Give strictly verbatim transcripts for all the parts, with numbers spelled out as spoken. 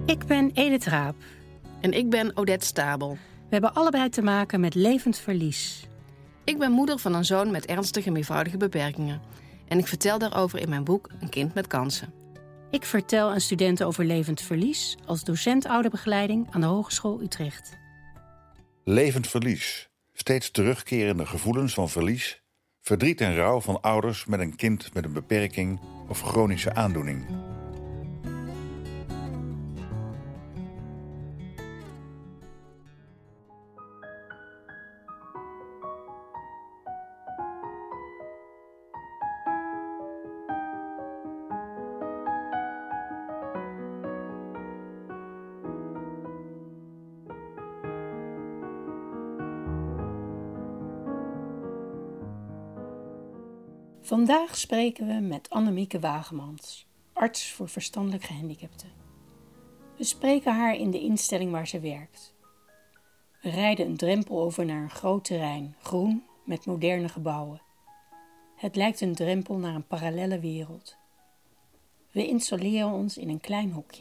Ik ben Edith Raap. En ik ben Odette Stabel. We hebben allebei te maken met levend verlies. Ik ben moeder van een zoon met ernstige meervoudige beperkingen. En ik vertel daarover in mijn boek Een kind met kansen. Ik vertel aan studenten over levend verlies als docent ouderbegeleiding aan de Hogeschool Utrecht. Levend verlies. Steeds terugkerende gevoelens van verlies, verdriet en rouw van ouders met een kind met een beperking of chronische aandoening. Vandaag spreken we met Annemieke Wagemans, arts voor verstandelijk gehandicapten. We spreken haar in de instelling waar ze werkt. We rijden een drempel over naar een groot terrein, groen, met moderne gebouwen. Het lijkt een drempel naar een parallelle wereld. We installeren ons in een klein hokje.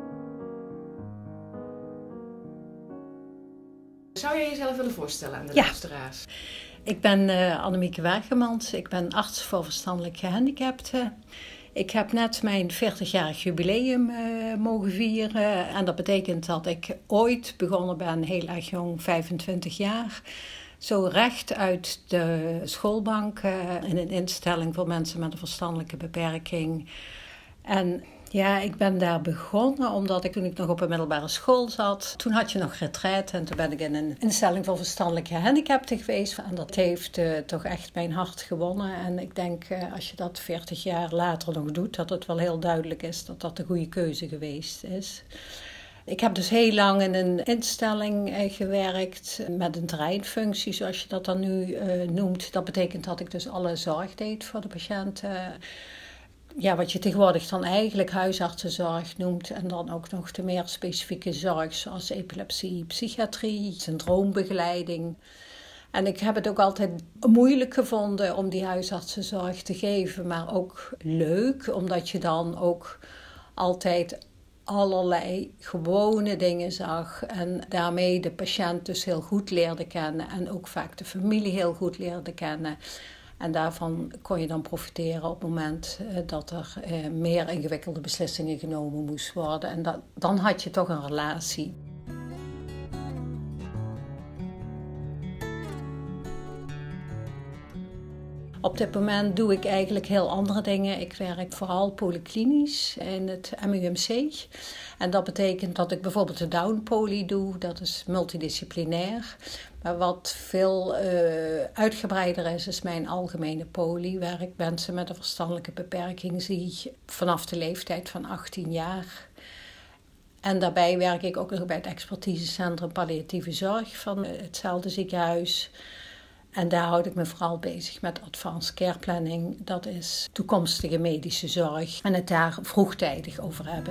Zou jij jezelf willen voorstellen aan de Ja. luisteraars? Ik ben uh, Annemieke Wagemans. Ik ben arts voor verstandelijk gehandicapten. Ik heb net mijn veertigjarig jubileum uh, mogen vieren. En dat betekent dat ik ooit begonnen ben, heel erg jong, vijfentwintig jaar. Zo recht uit de schoolbank uh, in een instelling voor mensen met een verstandelijke beperking. En ja, ik ben daar begonnen omdat ik toen ik nog op een middelbare school zat. Toen had je nog retraite en toen ben ik in een instelling voor verstandelijk gehandicapten geweest. En dat heeft uh, toch echt mijn hart gewonnen. En ik denk uh, als je dat veertig jaar later nog doet, dat het wel heel duidelijk is dat dat de goede keuze geweest is. Ik heb dus heel lang in een instelling uh, gewerkt met een terreinfunctie, zoals je dat dan nu uh, noemt. Dat betekent dat ik dus alle zorg deed voor de patiënten. Ja, wat je tegenwoordig dan eigenlijk huisartsenzorg noemt. En dan ook nog de meer specifieke zorg zoals epilepsie, psychiatrie, syndroombegeleiding. En ik heb het ook altijd moeilijk gevonden om die huisartsenzorg te geven. Maar ook leuk, omdat je dan ook altijd allerlei gewone dingen zag. En daarmee de patiënt dus heel goed leerde kennen. En ook vaak de familie heel goed leerde kennen. En daarvan kon je dan profiteren op het moment uh, dat er uh, meer ingewikkelde beslissingen genomen moesten worden. En dat, dan had je toch een relatie. Op dit moment doe ik eigenlijk heel andere dingen. Ik werk vooral polyklinisch in het M U M C. En dat betekent dat ik bijvoorbeeld de Down-poly doe. Dat is multidisciplinair. Maar wat veel uh, uitgebreider is, is mijn algemene poly. Waar ik mensen met een verstandelijke beperking zie vanaf de leeftijd van achttien jaar. En daarbij werk ik ook nog bij het expertisecentrum palliatieve zorg van hetzelfde ziekenhuis. En daar houd ik me vooral bezig met advanced care planning. Dat is toekomstige medische zorg en het daar vroegtijdig over hebben.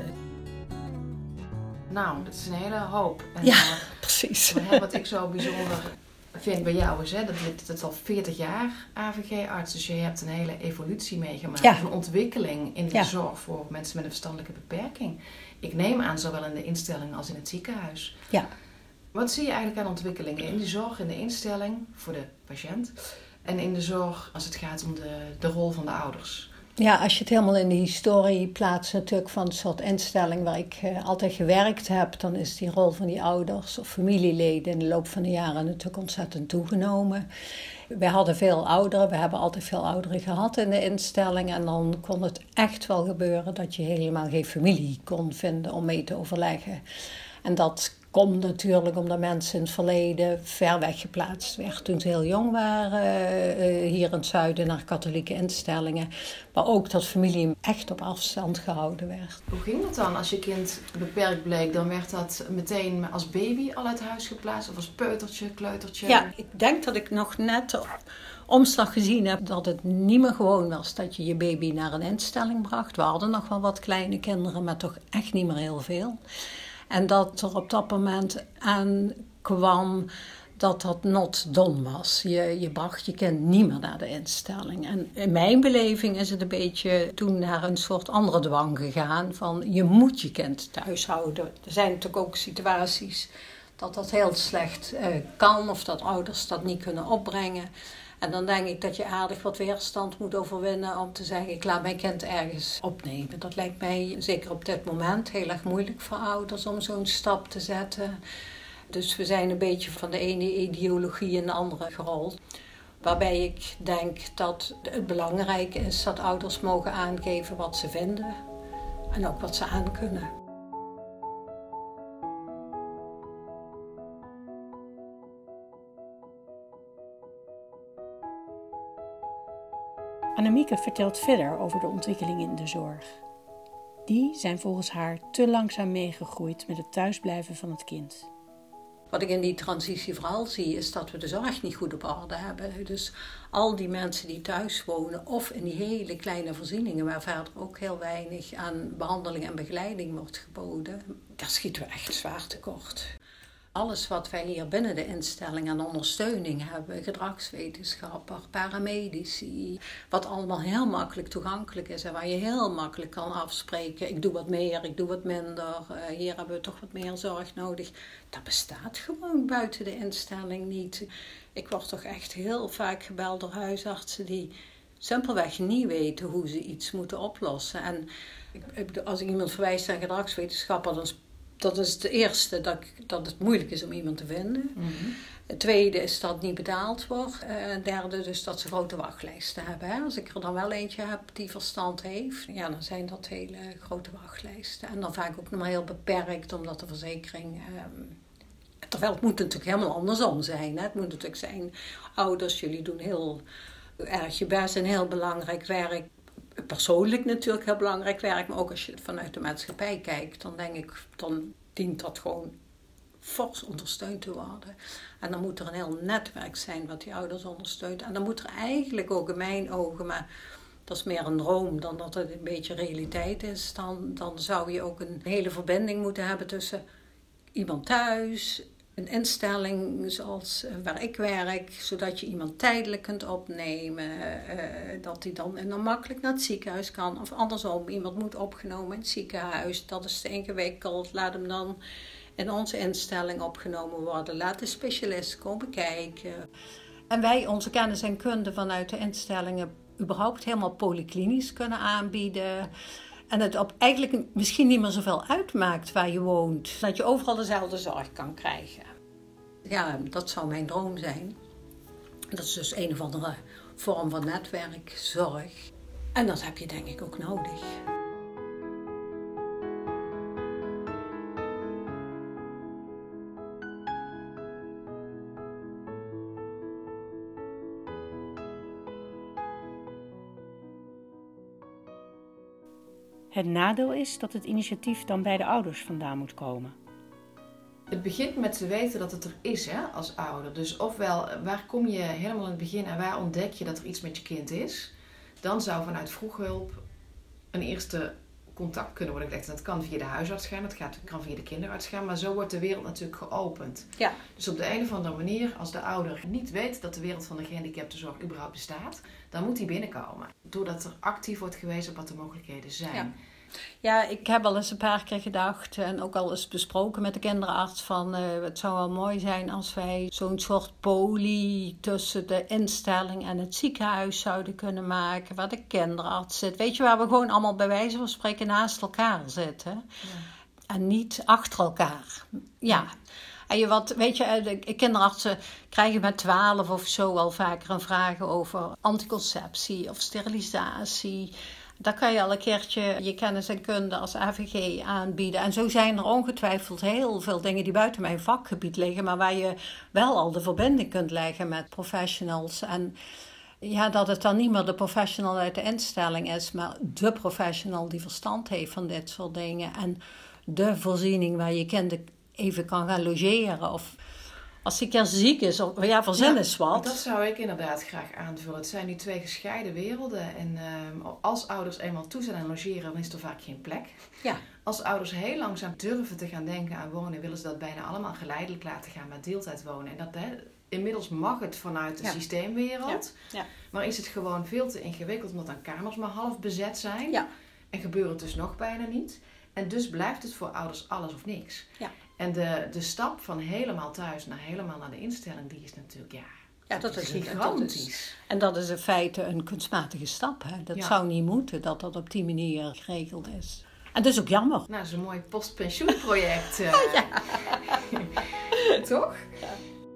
Nou, dat is een hele hoop. En, ja, uh, precies. Maar, hè, wat ik zo bijzonder vind bij jou is, hè, dat dit, dat is al veertig jaar A V G-arts. Dus je hebt een hele evolutie meegemaakt. Ja. Een ontwikkeling in de Ja. zorg voor mensen met een verstandelijke beperking. Ik neem aan, zowel in de instelling als in het ziekenhuis. Ja. Wat zie je eigenlijk aan ontwikkelingen in de zorg, in de instelling voor de patiënt en in de zorg als het gaat om de, de rol van de ouders? Ja, als je het helemaal in de historie plaatst natuurlijk van een soort instelling waar ik uh, altijd gewerkt heb, dan is die rol van die ouders of familieleden in de loop van de jaren natuurlijk ontzettend toegenomen. We hadden veel ouderen, we hebben altijd veel ouderen gehad in de instelling en dan kon het echt wel gebeuren dat je helemaal geen familie kon vinden om mee te overleggen. En dat komt natuurlijk omdat mensen in het verleden ver weg geplaatst werden toen ze heel jong waren, uh, hier in het zuiden naar katholieke instellingen. Maar ook dat familie echt op afstand gehouden werd. Hoe ging dat dan als je kind beperkt bleek? Dan werd dat meteen als baby al uit huis geplaatst of als peutertje, kleutertje? Ja, ik denk dat ik nog net de omslag gezien heb dat het niet meer gewoon was dat je je baby naar een instelling bracht. We hadden nog wel wat kleine kinderen, maar toch echt niet meer heel veel. En dat er op dat moment aan kwam dat dat not done was. Je, je bracht je kind niet meer naar de instelling. En in mijn beleving is het een beetje toen naar een soort andere dwang gegaan. Van je moet je kind thuis houden. Er zijn natuurlijk ook situaties dat dat heel slecht uh, kan. Of dat ouders dat niet kunnen opbrengen. En dan denk ik dat je aardig wat weerstand moet overwinnen om te zeggen, ik laat mijn kind ergens opnemen. Dat lijkt mij zeker op dit moment heel erg moeilijk voor ouders om zo'n stap te zetten. Dus we zijn een beetje van de ene ideologie in de andere gerold. Waarbij ik denk dat het belangrijk is dat ouders mogen aangeven wat ze vinden. En ook wat ze aankunnen. Annemieke vertelt verder over de ontwikkelingen in de zorg. Die zijn volgens haar te langzaam meegegroeid met het thuisblijven van het kind. Wat ik in die transitie vooral zie, is dat we de zorg niet goed op orde hebben. Dus al die mensen die thuis wonen, of in die hele kleine voorzieningen, waar verder ook heel weinig aan behandeling en begeleiding wordt geboden, daar schieten we echt zwaar tekort. Alles wat wij hier binnen de instelling aan ondersteuning hebben, gedragswetenschapper, paramedici, wat allemaal heel makkelijk toegankelijk is en waar je heel makkelijk kan afspreken, ik doe wat meer, ik doe wat minder, uh, hier hebben we toch wat meer zorg nodig. Dat bestaat gewoon buiten de instelling niet. Ik word toch echt heel vaak gebeld door huisartsen die simpelweg niet weten hoe ze iets moeten oplossen. En als ik iemand verwijst naar gedragswetenschapper, dan dat is het eerste, dat, dat het moeilijk is om iemand te vinden. Mm-hmm. Het tweede is dat het niet betaald wordt. Het derde dus dat ze grote wachtlijsten hebben. Hè. Als ik er dan wel eentje heb die verstand heeft, ja, dan zijn dat hele grote wachtlijsten. En dan vaak ook nog maar heel beperkt, omdat de verzekering... Um, terwijl het moet natuurlijk helemaal andersom zijn. Hè. Het moet natuurlijk zijn, ouders, jullie doen heel erg je best en heel belangrijk werk. Persoonlijk natuurlijk heel belangrijk werk, maar ook als je het vanuit de maatschappij kijkt, dan denk ik, dan dient dat gewoon fors ondersteund te worden. En dan moet er een heel netwerk zijn wat die ouders ondersteunt. En dan moet er eigenlijk ook in mijn ogen, maar dat is meer een droom dan dat het een beetje realiteit is, dan, dan zou je ook een hele verbinding moeten hebben tussen iemand thuis, een instelling zoals waar ik werk, zodat je iemand tijdelijk kunt opnemen, uh, dat hij dan en dan makkelijk naar het ziekenhuis kan. Of andersom, iemand moet opgenomen in het ziekenhuis, dat is te ingewikkeld, laat hem dan in onze instelling opgenomen worden. Laat de specialist komen kijken. En wij onze kennis en kunde vanuit de instellingen überhaupt helemaal polyklinisch kunnen aanbieden. En het op eigenlijk misschien niet meer zoveel uitmaakt waar je woont. Dat je overal dezelfde zorg kan krijgen. Ja, dat zou mijn droom zijn. Dat is dus een of andere vorm van netwerkzorg. En dat heb je denk ik ook nodig. Het nadeel is dat het initiatief dan bij de ouders vandaan moet komen. Het begint met te weten dat het er is, hè, als ouder. Dus ofwel, waar kom je helemaal in het begin en waar ontdek je dat er iets met je kind is? Dan zou vanuit vroeghulp een eerste contact kunnen worden gelegd. En dat kan via de huisarts gaan, dat gaat, kan via de kinderarts gaan. Maar zo wordt de wereld natuurlijk geopend. Ja. Dus op de een of andere manier, als de ouder niet weet dat de wereld van de gehandicaptenzorg überhaupt bestaat, dan moet die binnenkomen. Doordat er actief wordt gewezen op wat de mogelijkheden zijn. Ja. Ja, ik heb al eens een paar keer gedacht en ook al eens besproken met de kinderarts van uh, het zou wel mooi zijn als wij zo'n soort poli tussen de instelling en het ziekenhuis zouden kunnen maken, waar de kinderarts zit. Weet je, waar we gewoon allemaal bij wijze van spreken naast elkaar zitten. Ja. En niet achter elkaar. Ja. En je wat, weet je, de kinderartsen krijgen met twaalf of zo al vaker een vraag over anticonceptie of sterilisatie. Daar kan je al een keertje je kennis en kunde als A V G aanbieden. En zo zijn er ongetwijfeld heel veel dingen die buiten mijn vakgebied liggen, maar waar je wel al de verbinding kunt leggen met professionals. En ja, dat het dan niet meer de professional uit de instelling is, maar de professional die verstand heeft van dit soort dingen. En de voorziening waar je kind even kan gaan logeren of als hij keer ziek is, of ja, verzin is wat. Dat zou ik inderdaad graag aanvullen. Het zijn nu twee gescheiden werelden. En uh, als ouders eenmaal toe zijn aan logeren, dan is er vaak geen plek. Ja. Als ouders heel langzaam durven te gaan denken aan wonen, willen ze dat bijna allemaal geleidelijk laten gaan met deeltijd wonen. En dat, hè, inmiddels mag het vanuit de ja. systeemwereld. Ja. Ja. Maar is het gewoon veel te ingewikkeld omdat dan kamers maar half bezet zijn. Ja. En gebeurt het dus nog bijna niet. En dus blijft het voor ouders alles of niks. Ja. En de, de stap van helemaal thuis naar helemaal naar de instelling, die is natuurlijk, ja, ja dat is gigantisch. Dat is, en dat is in feite een kunstmatige stap. Hè? Dat ja. zou niet moeten, dat dat op die manier geregeld is. En dat is ook jammer. Nou, dat is een mooi postpensioenproject. uh, ja. Toch? Ja.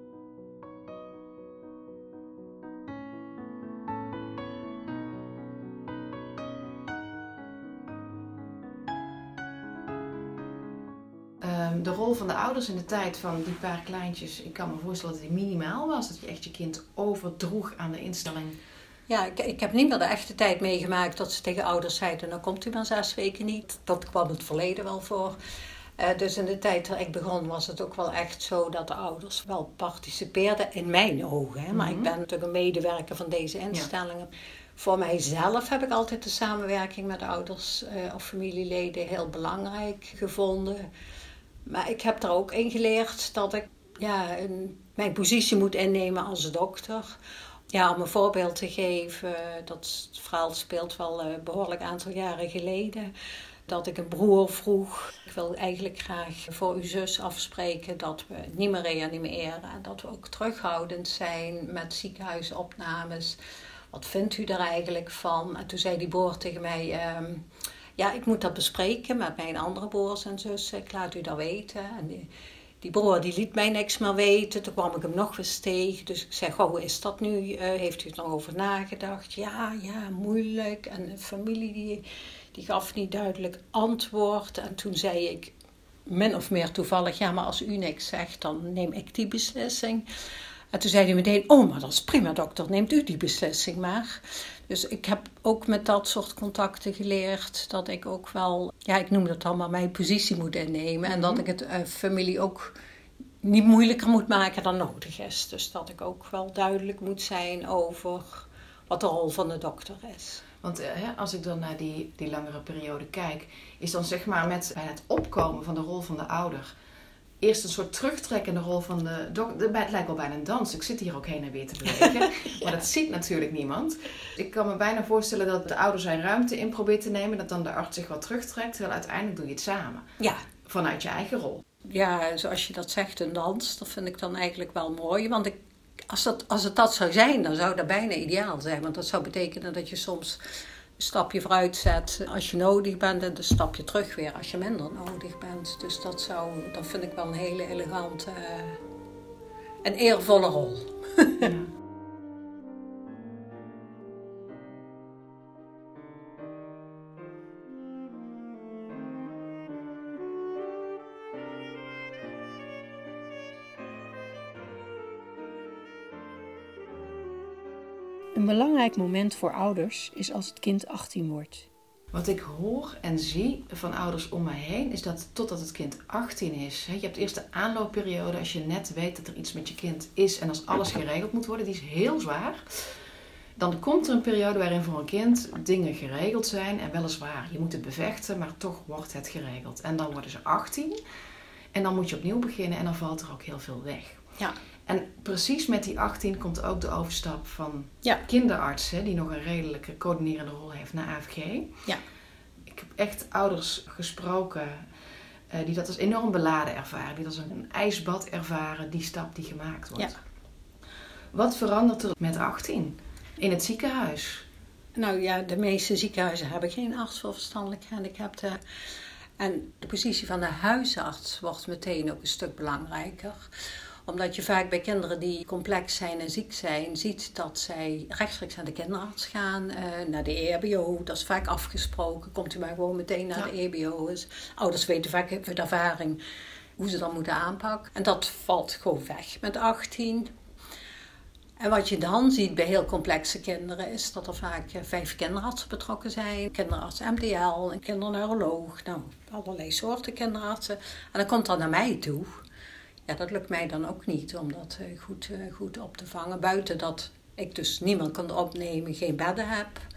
De rol van de ouders in de tijd van die paar kleintjes, ik kan me voorstellen dat die minimaal was. Dat je echt je kind overdroeg aan de instelling. Ja, ik, ik heb niet meer de echte tijd meegemaakt dat ze tegen ouders zeiden, dan komt u maar zes weken niet. Dat kwam het verleden wel voor. Uh, dus in de tijd dat ik begon was het ook wel echt zo dat de ouders wel participeerden, in mijn ogen. Hè? Maar mm-hmm. ik ben natuurlijk een medewerker van deze instellingen. Ja. Voor mijzelf heb ik altijd de samenwerking met de ouders uh, of familieleden heel belangrijk gevonden. Maar ik heb er ook in geleerd dat ik ja, een, mijn positie moet innemen als dokter. Ja, om een voorbeeld te geven, dat verhaal speelt wel een behoorlijk aantal jaren geleden. Dat ik een broer vroeg, ik wil eigenlijk graag voor uw zus afspreken dat we niet meer reanimeren. En dat we ook terughoudend zijn met ziekenhuisopnames. Wat vindt u er eigenlijk van? En toen zei die broer tegen mij, um, ja, ik moet dat bespreken met mijn andere broers en zussen. Ik laat u dat weten. En die, die broer die liet mij niks meer weten. Toen kwam ik hem nog eens tegen. Dus ik zei, goh, hoe is dat nu? Uh, heeft u er nog over nagedacht? Ja, ja, moeilijk. En de familie die, die gaf niet duidelijk antwoord. En toen zei ik, min of meer toevallig, ja, maar als u niks zegt, dan neem ik die beslissing. En toen zei hij meteen, oh, maar dat is prima, dokter, neemt u die beslissing maar. Dus ik heb ook met dat soort contacten geleerd dat ik ook wel, ja, ik noem dat dan maar, mijn positie moet innemen. Mm-hmm. En dat ik het uh, familie ook niet moeilijker moet maken dan nodig is. Dus dat ik ook wel duidelijk moet zijn over wat de rol van de dokter is. Want uh, als ik dan naar die, die langere periode kijk, is dan zeg maar met bij het opkomen van de rol van de ouder eerst een soort terugtrekkende rol van de dokter. Het lijkt wel bijna een dans. Ik zit hier ook heen en weer te bewegen. ja. Maar dat ziet natuurlijk niemand. Ik kan me bijna voorstellen dat de ouder zijn ruimte in probeert te nemen. Dat dan de arts zich wat terugtrekt. Terwijl uiteindelijk doe je het samen. Ja. Vanuit je eigen rol. Ja, zoals je dat zegt, een dans. Dat vind ik dan eigenlijk wel mooi. Want ik, als, dat, als het dat zou zijn, dan zou dat bijna ideaal zijn. Want dat zou betekenen dat je soms een stapje vooruit zet als je nodig bent en een stapje terug weer als je minder nodig bent. Dus dat, zou, dat vind ik wel een hele elegante uh, en eervolle rol. ja. Een belangrijk moment voor ouders is als het kind achttien wordt. Wat ik hoor en zie van ouders om mij heen is dat totdat het kind achttien is. Je hebt eerst de aanloopperiode als je net weet dat er iets met je kind is en als alles geregeld moet worden. Die is heel zwaar. Dan komt er een periode waarin voor een kind dingen geregeld zijn. En weliswaar, je moet het bevechten, maar toch wordt het geregeld. En dan worden ze achttien. En dan moet je opnieuw beginnen en dan valt er ook heel veel weg. Ja. En precies met die achttien komt ook de overstap van ja. kinderarts, hè, die nog een redelijke coördinerende rol heeft, naar A V G. Ja. Ik heb echt ouders gesproken uh, die dat als enorm beladen ervaren, die dat als een ijsbad ervaren, die stap die gemaakt wordt. Ja. Wat verandert er met achttien in het ziekenhuis? Nou ja, de meeste ziekenhuizen hebben geen arts voor verstandelijk gehandicapten. En de positie van de huisarts wordt meteen ook een stuk belangrijker. Omdat je vaak bij kinderen die complex zijn en ziek zijn, ziet dat zij rechtstreeks naar de kinderarts gaan, uh, naar de E H B O. Dat is vaak afgesproken. Komt u maar gewoon meteen naar ja. de E H B O. Dus ouders weten vaak uit ervaring hoe ze dat moeten aanpakken. En dat valt gewoon weg met achttien. En wat je dan ziet bij heel complexe kinderen is dat er vaak vijf kinderartsen betrokken zijn. Kinderarts M D L, een kinderneuroloog, nou allerlei soorten kinderartsen. En dan komt dat naar mij toe. Ja, dat lukt mij dan ook niet om dat goed, goed op te vangen. Buiten dat ik dus niemand kan opnemen, geen bedden heb.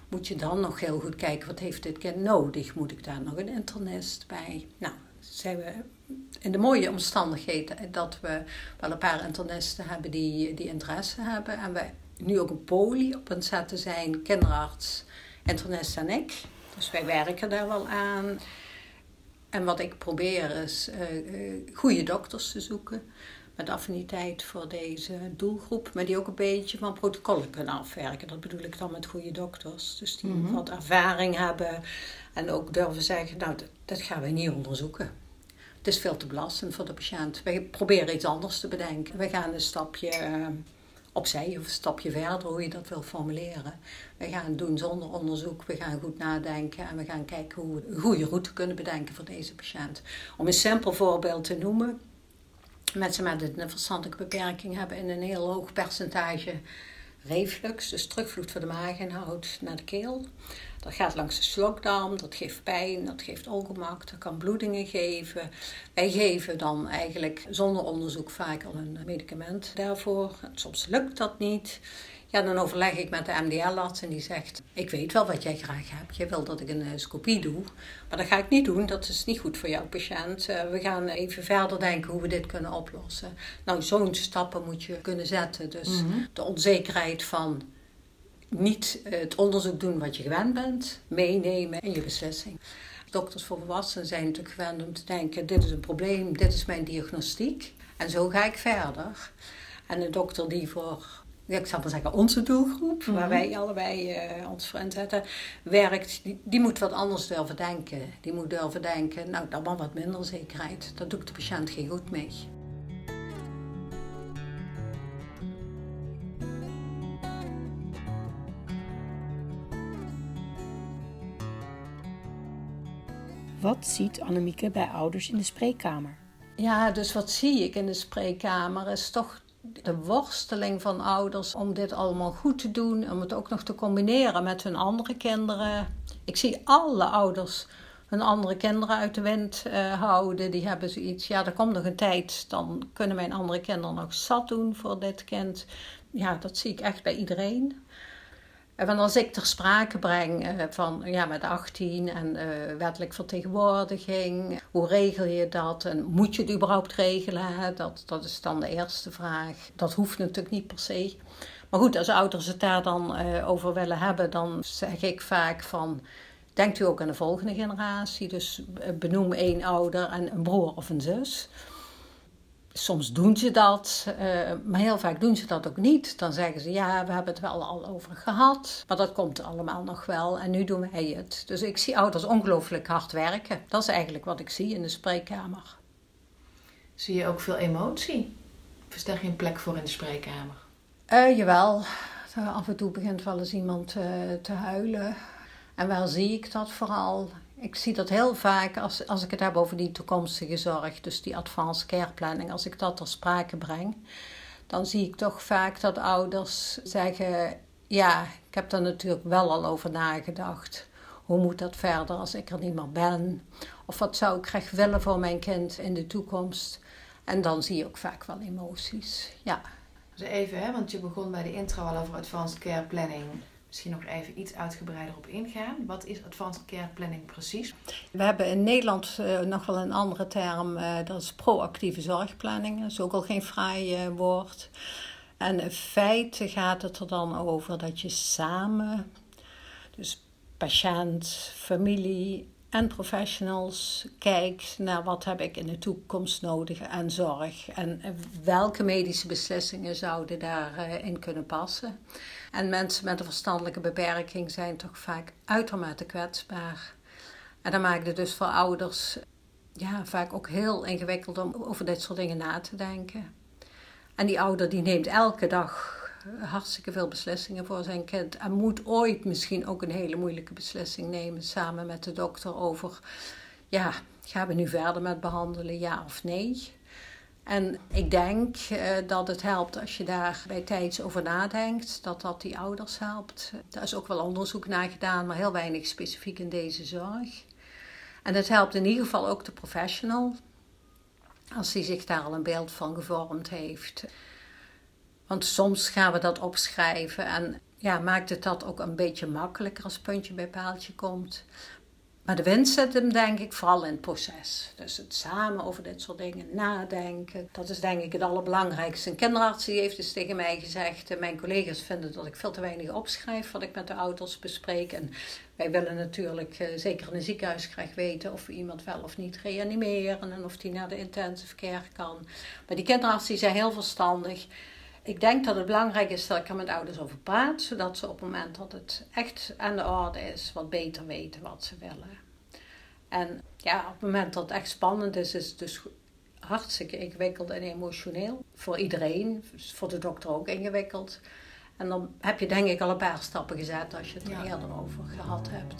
moet je dan nog heel goed kijken, wat heeft dit kind nodig? Moet ik daar nog een internist bij? Nou, zijn we in de mooie omstandigheden dat we wel een paar internisten hebben die, die interesse hebben. En we nu ook een poli op het zetten zijn, kinderarts, internist en ik. Dus wij werken daar wel aan. En wat ik probeer is uh, uh, goede dokters te zoeken met affiniteit voor deze doelgroep, maar die ook een beetje van protocollen kunnen afwerken. Dat bedoel ik dan met goede dokters. Dus die mm-hmm. wat ervaring hebben en ook durven zeggen, nou, dat, dat gaan we niet onderzoeken. Het is veel te belastend voor de patiënt. Wij proberen iets anders te bedenken. We gaan een stapje uh, opzij of een stapje verder, hoe je dat wil formuleren. We gaan het doen zonder onderzoek. We gaan goed nadenken en we gaan kijken hoe we een goede route kunnen bedenken voor deze patiënt. Om een simpel voorbeeld te noemen. Mensen met een verstandelijke beperking hebben in een heel hoog percentage reflux, dus terugvloed van de maaginhoud naar de keel. Dat gaat langs de slokdarm, dat geeft pijn, dat geeft ongemak, dat kan bloedingen geven. Wij geven dan eigenlijk zonder onderzoek vaak al een medicament daarvoor. Soms lukt dat niet. Ja, dan overleg ik met de M D L-arts en die zegt, ik weet wel wat jij graag hebt. Je wil dat ik een scopie doe, maar dat ga ik niet doen. Dat is niet goed voor jouw patiënt. We gaan even verder denken hoe we dit kunnen oplossen. Nou, zo'n stappen moet je kunnen zetten. Dus mm-hmm. de onzekerheid van niet het onderzoek doen wat je gewend bent, meenemen in je beslissing. Dokters voor volwassenen zijn natuurlijk gewend om te denken, dit is een probleem, dit is mijn diagnostiek. En zo ga ik verder. En een dokter die voor, ik zal maar zeggen, onze doelgroep, mm-hmm. waar wij allebei uh, ons voor inzetten, werkt, die, die moet wat anders durven denken. Die moet durven denken, nou, dan maar wat minder zekerheid. Dat doet de patiënt geen goed mee. Wat ziet Annemieke bij ouders in de spreekkamer? Ja, dus wat zie ik in de spreekkamer is toch de worsteling van ouders om dit allemaal goed te doen. Om het ook nog te combineren met hun andere kinderen. Ik zie alle ouders hun andere kinderen uit de wind uh, houden. Die hebben zoiets, ja, er komt nog een tijd, dan kunnen mijn andere kinderen nog zat doen voor dit kind. Ja, dat zie ik echt bij iedereen. En als ik ter sprake breng uh, van ja, met achttien en uh, wettelijk vertegenwoordiging, hoe regel je dat en moet je het überhaupt regelen? Hè? Dat, dat is dan de eerste vraag. Dat hoeft natuurlijk niet per se. Maar goed, als ouders het daar dan uh, over willen hebben, dan zeg ik vaak van, denkt u ook aan de volgende generatie? Dus uh, benoem één ouder en een broer of een zus. Soms doen ze dat, uh, maar heel vaak doen ze dat ook niet. Dan zeggen ze, ja, we hebben het wel al over gehad. Maar dat komt allemaal nog wel en nu doen wij het. Dus ik zie ouders ongelooflijk hard werken. Dat is eigenlijk wat ik zie in de spreekkamer. Zie je ook veel emotie? Of is daar geen plek voor in de spreekkamer? Uh, jawel, af en toe begint wel eens iemand uh, te huilen. En waar zie ik dat vooral? Ik zie dat heel vaak als, als ik het heb over die toekomstige zorg, dus die advanced care planning, als ik dat ter sprake breng, dan zie ik toch vaak dat ouders zeggen, ja, ik heb daar natuurlijk wel al over nagedacht. Hoe moet dat verder als ik er niet meer ben? Of wat zou ik graag willen voor mijn kind in de toekomst? En dan zie je ook vaak wel emoties, ja. Dus even, hè, want je begon bij de intro al over advanced care planning. Misschien nog even iets uitgebreider op ingaan. Wat is advanced care planning precies? We hebben in Nederland uh, nog wel een andere term. Uh, dat is proactieve zorgplanning. Dat is ook al geen fraai uh, woord. En in feite gaat het er dan over dat je samen, dus patiënt, familie en professionals, kijkt naar wat heb ik in de toekomst nodig aan zorg. En welke medische beslissingen zouden daarin kunnen passen. En mensen met een verstandelijke beperking zijn toch vaak uitermate kwetsbaar. En dat maakt het dus voor ouders ja, vaak ook heel ingewikkeld om over dit soort dingen na te denken. En die ouder die neemt elke dag hartstikke veel beslissingen voor zijn kind. En moet ooit misschien ook een hele moeilijke beslissing nemen samen met de dokter over, ja, gaan we nu verder met behandelen, ja of nee? En ik denk uh, dat het helpt als je daar bij tijds over nadenkt, dat dat die ouders helpt. Daar is ook wel onderzoek naar gedaan, maar heel weinig specifiek in deze zorg. En het helpt in ieder geval ook de professional, als die zich daar al een beeld van gevormd heeft. Want soms gaan we dat opschrijven en ja, maakt het dat ook een beetje makkelijker als puntje bij paaltje komt. Maar de winst zit hem denk ik vooral in het proces. Dus het samen over dit soort dingen nadenken. Dat is denk ik het allerbelangrijkste. Een kinderarts die heeft dus tegen mij gezegd... mijn collega's vinden dat ik veel te weinig opschrijf... wat ik met de ouders bespreek. En wij willen natuurlijk zeker in een ziekenhuis graag weten... of we iemand wel of niet reanimeren... en of die naar de intensive care kan. Maar die kinderarts die zei heel verstandig... Ik denk dat het belangrijk is dat ik er met ouders over praat, zodat ze op het moment dat het echt aan de orde is, wat beter weten wat ze willen. En ja, op het moment dat het echt spannend is, is het dus hartstikke ingewikkeld en emotioneel. Voor iedereen, voor de dokter ook ingewikkeld. En dan heb je denk ik al een paar stappen gezet als je het er ja. eerder over gehad hebt.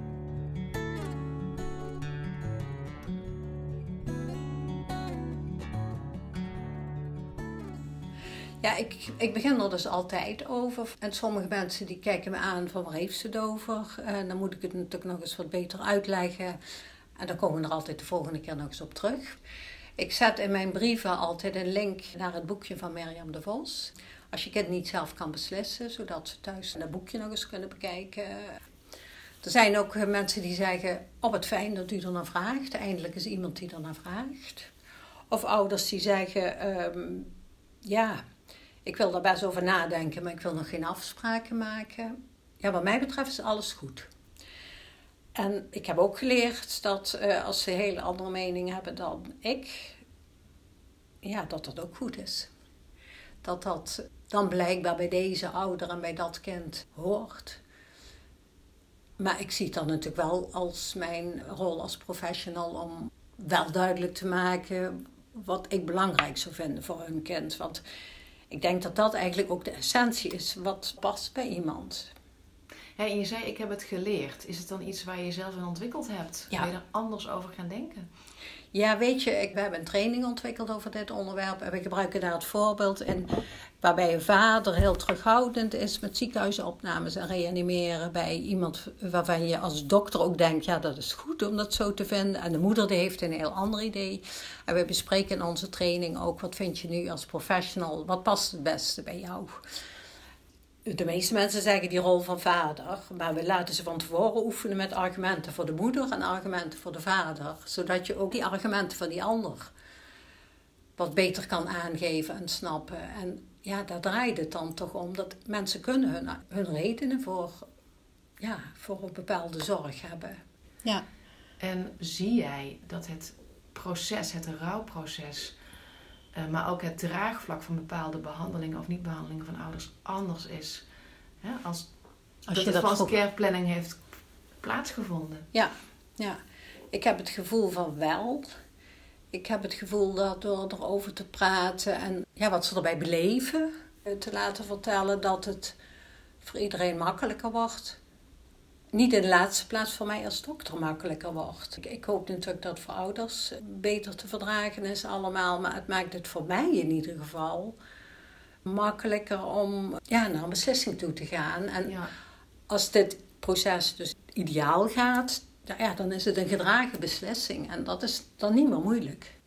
Ja, ik, ik begin er dus altijd over. En sommige mensen die kijken me aan van waar heeft ze het over? En dan moet ik het natuurlijk nog eens wat beter uitleggen. En dan komen we er altijd de volgende keer nog eens op terug. Ik zet in mijn brieven altijd een link naar het boekje van Mirjam de Vos. Als je kind niet zelf kan beslissen, zodat ze thuis dat boekje nog eens kunnen bekijken. Er zijn ook mensen die zeggen, oh wat fijn dat u er naar vraagt. Eindelijk is iemand die er naar vraagt. Of ouders die zeggen, um, ja... Ik wil daar best over nadenken, maar ik wil nog geen afspraken maken. Ja, wat mij betreft is alles goed. En ik heb ook geleerd dat uh, als ze een hele andere mening hebben dan ik, ja, dat dat ook goed is. Dat dat dan blijkbaar bij deze ouder en bij dat kind hoort. Maar ik zie het dan natuurlijk wel als mijn rol als professional om wel duidelijk te maken wat ik belangrijk zou vinden voor hun kind. Want ik denk dat dat eigenlijk ook de essentie is wat past bij iemand. Ja, en je zei, ik heb het geleerd. Is het dan iets waar je jezelf in ontwikkeld hebt? Ja. Ben je er anders over gaan denken? Ja, weet je, ik, we hebben een training ontwikkeld over dit onderwerp. En we gebruiken daar het voorbeeld in waarbij een vader heel terughoudend is met ziekenhuisopnames en reanimeren bij iemand waarvan je als dokter ook denkt, ja, dat is goed om dat zo te vinden. En de moeder die heeft een heel ander idee. En we bespreken in onze training ook, wat vind je nu als professional, wat past het beste bij jou? De meeste mensen zeggen die rol van vader, maar we laten ze van tevoren oefenen met argumenten voor de moeder en argumenten voor de vader. Zodat je ook die argumenten van die ander wat beter kan aangeven en snappen. En ja, daar draait het dan toch om dat mensen kunnen hun, hun redenen voor, ja, voor een bepaalde zorg hebben. Ja. En zie jij dat het proces, het rouwproces, Uh, maar ook het draagvlak van bepaalde behandelingen of niet-behandelingen van ouders anders is. Hè? Als, als dat je het dat van care planning heeft plaatsgevonden. Ja, ja, ik heb het gevoel van wel. Ik heb het gevoel dat door erover te praten en ja, wat ze erbij beleven, te laten vertellen dat het voor iedereen makkelijker wordt. Niet in de laatste plaats voor mij als dokter makkelijker wordt. Ik, ik hoop natuurlijk dat het voor ouders beter te verdragen is allemaal. Maar het maakt het voor mij in ieder geval makkelijker om ja, naar een beslissing toe te gaan. En ja. Als dit proces dus ideaal gaat, ja, dan is het een gedragen beslissing. En dat is dan niet meer moeilijk.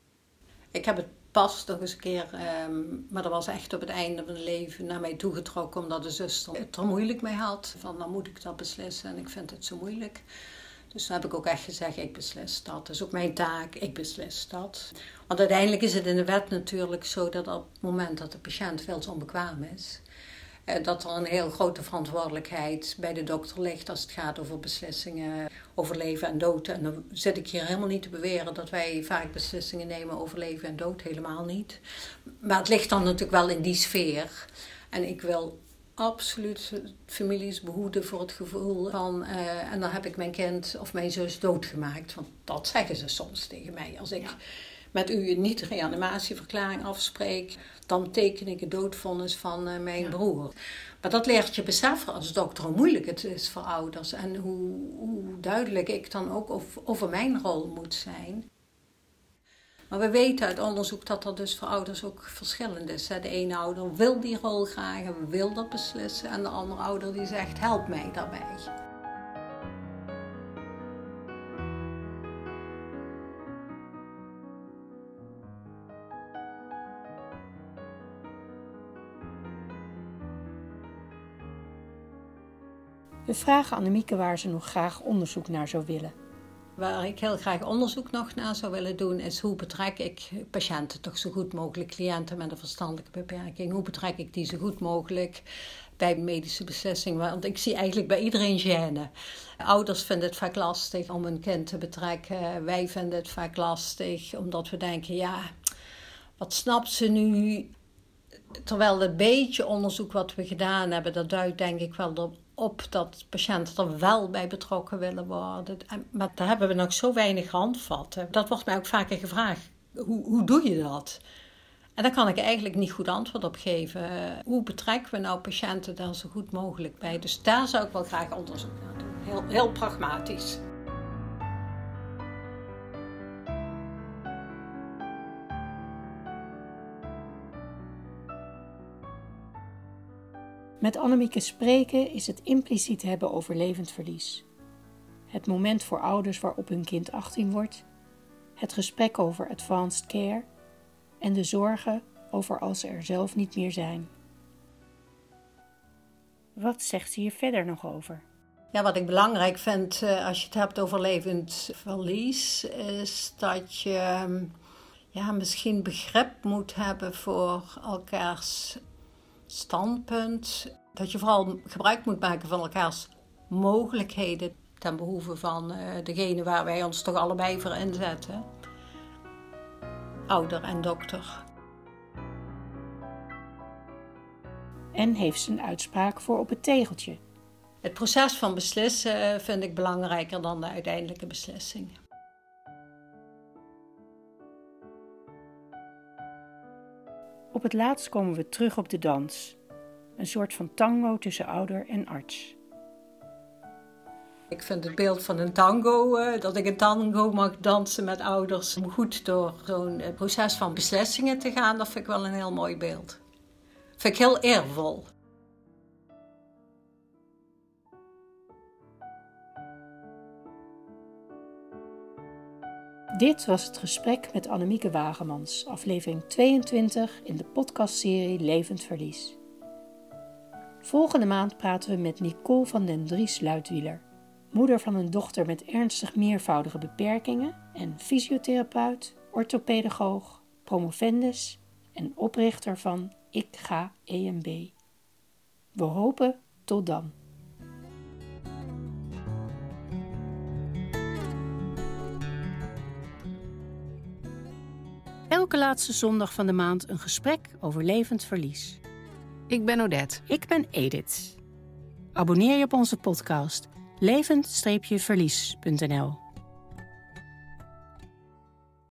Ik heb het pas nog eens een keer, um, maar dat was echt op het einde van het leven, naar mij toegetrokken omdat de zuster het er moeilijk mee had. Van dan moet ik dat beslissen en ik vind het zo moeilijk. Dus toen heb ik ook echt gezegd, ik beslis dat. Dat is ook mijn taak, ik beslis dat. Want uiteindelijk is het in de wet natuurlijk zo dat op het moment dat de patiënt veel te onbekwaam is, dat er een heel grote verantwoordelijkheid bij de dokter ligt als het gaat over beslissingen over leven en dood. En dan zit ik hier helemaal niet te beweren dat wij vaak beslissingen nemen over leven en dood, helemaal niet. Maar het ligt dan natuurlijk wel in die sfeer. En ik wil absoluut families behoeden voor het gevoel van, uh, en dan heb ik mijn kind of mijn zus doodgemaakt. Want dat zeggen ze soms tegen mij. Als ik ja. met u een niet-reanimatieverklaring afspreek, dan teken ik het doodvonnis van uh, mijn ja. broer. Maar dat leert je beseffen als dokter hoe moeilijk het is voor ouders. En hoe, hoe duidelijk ik dan ook over, over mijn rol moet zijn. Maar we weten uit onderzoek dat dat dus voor ouders ook verschillend is. De ene ouder wil die rol graag en wil dat beslissen. En de andere ouder die zegt, help mij daarbij. We vragen Annemieke waar ze nog graag onderzoek naar zou willen. Waar ik heel graag onderzoek nog naar zou willen doen is hoe betrek ik patiënten toch zo goed mogelijk, cliënten met een verstandelijke beperking, hoe betrek ik die zo goed mogelijk bij medische beslissingen. Want ik zie eigenlijk bij iedereen gêne. Ouders vinden het vaak lastig om een kind te betrekken. Wij vinden het vaak lastig omdat we denken, ja, wat snapt ze nu? Terwijl het beetje onderzoek wat we gedaan hebben, dat duidt denk ik wel op dat patiënten er wel bij betrokken willen worden. Maar daar hebben we nog zo weinig handvatten. Dat wordt mij ook vaker gevraagd. Hoe, hoe doe je dat? En daar kan ik eigenlijk niet goed antwoord op geven. Hoe betrekken we nou patiënten daar zo goed mogelijk bij? Dus daar zou ik wel graag onderzoek naar doen. Heel, heel pragmatisch. Met Annemieke spreken is het impliciet hebben over levend verlies. Het moment voor ouders waarop hun kind achttien wordt, het gesprek over advanced care en de zorgen over als ze er zelf niet meer zijn. Wat zegt ze hier verder nog over? Ja, wat ik belangrijk vind uh, als je het hebt over levend verlies, is dat je ja, misschien begrip moet hebben voor elkaars standpunt. Dat je vooral gebruik moet maken van elkaars mogelijkheden ten behoeve van uh, degene waar wij ons toch allebei voor inzetten. Ouder en dokter. En heeft ze een uitspraak voor op het tegeltje. Het proces van beslissen vind ik belangrijker dan de uiteindelijke beslissing. Op het laatst komen we terug op de dans. Een soort van tango tussen ouder en arts. Ik vind het beeld van een tango, uh, dat ik een tango mag dansen met ouders, om goed door zo'n uh, proces van beslissingen te gaan, dat vind ik wel een heel mooi beeld. Dat vind ik heel eervol. Dit was het gesprek met Annemieke Wagemans, aflevering tweeëntwintig in de podcastserie Levend Verlies. Volgende maand praten we met Nicole van den Dries-Luitwieler, moeder van een dochter met ernstig meervoudige beperkingen en fysiotherapeut, orthopedagoog, promovendus en oprichter van Ik Ga E M B. We hopen tot dan. Elke laatste zondag van de maand een gesprek over levend verlies. Ik ben Odette. Ik ben Edith. Abonneer je op onze podcast levend verlies punt n l.